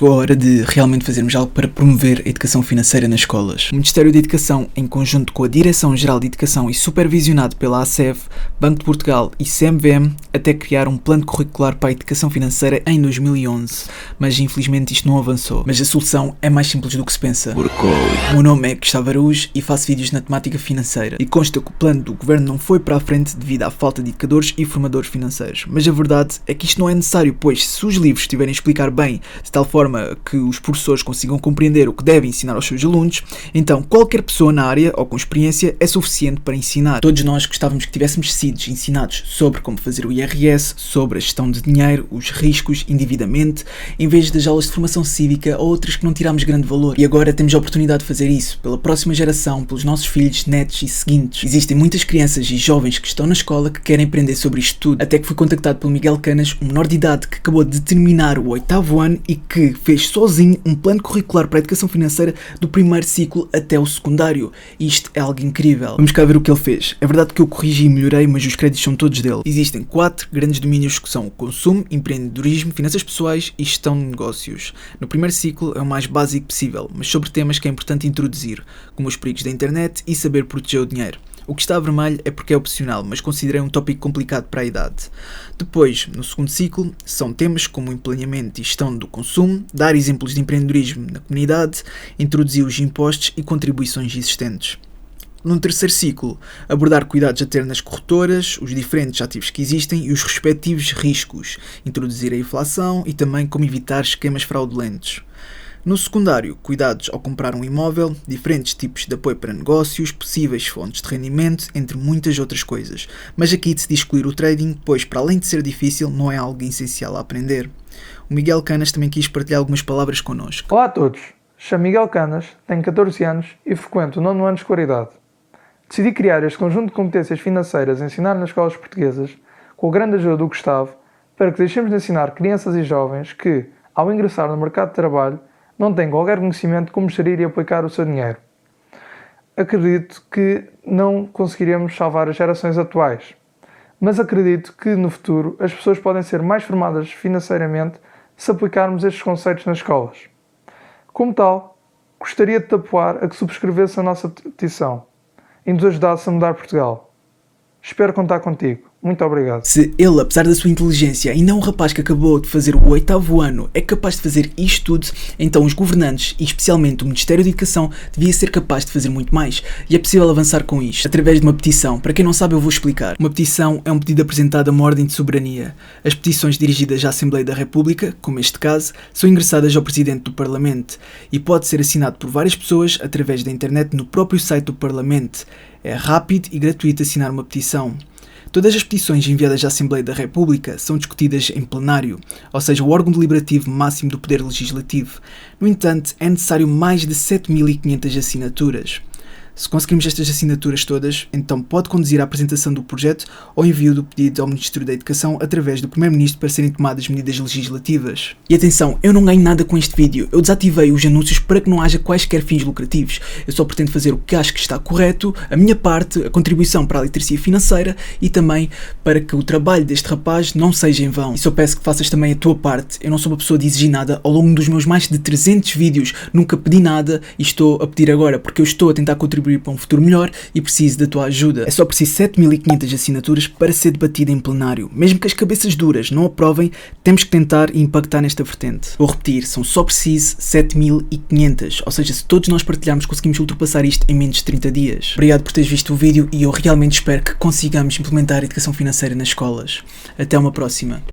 chegou a hora de realmente fazermos algo para promover a educação financeira nas escolas. O Ministério da Educação, em conjunto com a Direção-Geral de Educação e supervisionado pela ACEF, Banco de Portugal e CMVM, até criaram um plano curricular para a educação financeira em 2011. Mas infelizmente isto não avançou. Mas a solução é mais simples do que se pensa. O meu nome é Gustavo Araújo e faço vídeos na temática financeira. E consta que o plano do governo não foi para a frente devido à falta de educadores e formadores financeiros. Mas a verdade é que isto não é necessário, pois se os livros estiverem a explicar bem, de tal forma que os professores consigam compreender o que devem ensinar aos seus alunos, então qualquer pessoa na área ou com experiência é suficiente para ensinar. Todos nós gostávamos que tivéssemos sido ensinados sobre como fazer o IRS, sobre a gestão de dinheiro, os riscos, endividamento, em vez das aulas de formação cívica ou outras que não tirámos grande valor. E agora temos a oportunidade de fazer isso, pela próxima geração, pelos nossos filhos, netos e seguintes. Existem muitas crianças e jovens que estão na escola que querem aprender sobre isto tudo, até que fui contactado pelo Miguel Canas, um menor de idade que acabou de terminar o 8º ano e que fez sozinho um plano curricular para a educação financeira do primeiro ciclo até o secundário. E isto é algo incrível. Vamos cá ver o que ele fez. É verdade que eu corrigi e melhorei, mas os créditos são todos dele. Existem 4 grandes domínios que são o consumo, empreendedorismo, finanças pessoais e gestão de negócios. No primeiro ciclo é o mais básico possível, mas sobre temas que é importante introduzir, como os perigos da internet e saber proteger o dinheiro. O que está a vermelho é porque é opcional, mas considerei um tópico complicado para a idade. Depois, no segundo ciclo, são temas como o planeamento e gestão do consumo, dar exemplos de empreendedorismo na comunidade, introduzir os impostos e contribuições existentes. No terceiro ciclo, abordar cuidados a ter nas corretoras, os diferentes ativos que existem e os respectivos riscos, introduzir a inflação e também como evitar esquemas fraudulentos. No secundário, cuidados ao comprar um imóvel, diferentes tipos de apoio para negócios, possíveis fontes de rendimento, entre muitas outras coisas. Mas aqui decidi excluir o trading, pois para além de ser difícil, não é algo essencial a aprender. O Miguel Canas também quis partilhar algumas palavras connosco. Olá a todos, chamo Miguel Canas, tenho 14 anos e frequento o 9º ano de escolaridade. Decidi criar este conjunto de competências financeiras a ensinar nas escolas portuguesas, com a grande ajuda do Gustavo, para que deixemos de ensinar crianças e jovens que, ao ingressar no mercado de trabalho, não têm qualquer conhecimento de como gerir e aplicar o seu dinheiro. Acredito que não conseguiremos salvar as gerações atuais, mas acredito que no futuro as pessoas podem ser mais formadas financeiramente se aplicarmos estes conceitos nas escolas. Como tal, gostaria de te apoiar a que subscrevesse a nossa petição e nos ajudasse a mudar Portugal. Espero contar contigo. Muito obrigado. Se ele, apesar da sua inteligência, ainda é um rapaz que acabou de fazer o 8º ano, é capaz de fazer isto tudo, então os governantes, e especialmente o Ministério da Educação, devia ser capaz de fazer muito mais. E é possível avançar com isto, através de uma petição. Para quem não sabe, eu vou explicar. Uma petição é um pedido apresentado a uma ordem de soberania. As petições dirigidas à Assembleia da República, como este caso, são endereçadas ao Presidente do Parlamento e pode ser assinado por várias pessoas através da internet no próprio site do Parlamento. É rápido e gratuito assinar uma petição. Todas as petições enviadas à Assembleia da República são discutidas em plenário, ou seja, o órgão deliberativo máximo do Poder Legislativo. No entanto, é necessário mais de 7.500 assinaturas. Se conseguirmos estas assinaturas todas, então pode conduzir à apresentação do projeto ou envio do pedido ao Ministério da Educação através do Primeiro-Ministro para serem tomadas medidas legislativas. E atenção, eu não ganho nada com este vídeo, eu desativei os anúncios para que não haja quaisquer fins lucrativos. Eu só pretendo fazer o que acho que está correto, a minha parte, a contribuição para a literacia financeira e também para que o trabalho deste rapaz não seja em vão. E só peço que faças também a tua parte. Eu não sou uma pessoa de exigir nada, ao longo dos meus mais de 300 vídeos nunca pedi nada e estou a pedir agora porque eu estou a tentar contribuir para um futuro melhor e preciso da tua ajuda. É só preciso 7.500 assinaturas para ser debatida em plenário. Mesmo que as cabeças duras não aprovem, temos que tentar impactar nesta vertente. Vou repetir, são só preciso 7.500, ou seja, se todos nós partilharmos conseguimos ultrapassar isto em menos de 30 dias. Obrigado por teres visto o vídeo e eu realmente espero que consigamos implementar a educação financeira nas escolas. Até uma próxima.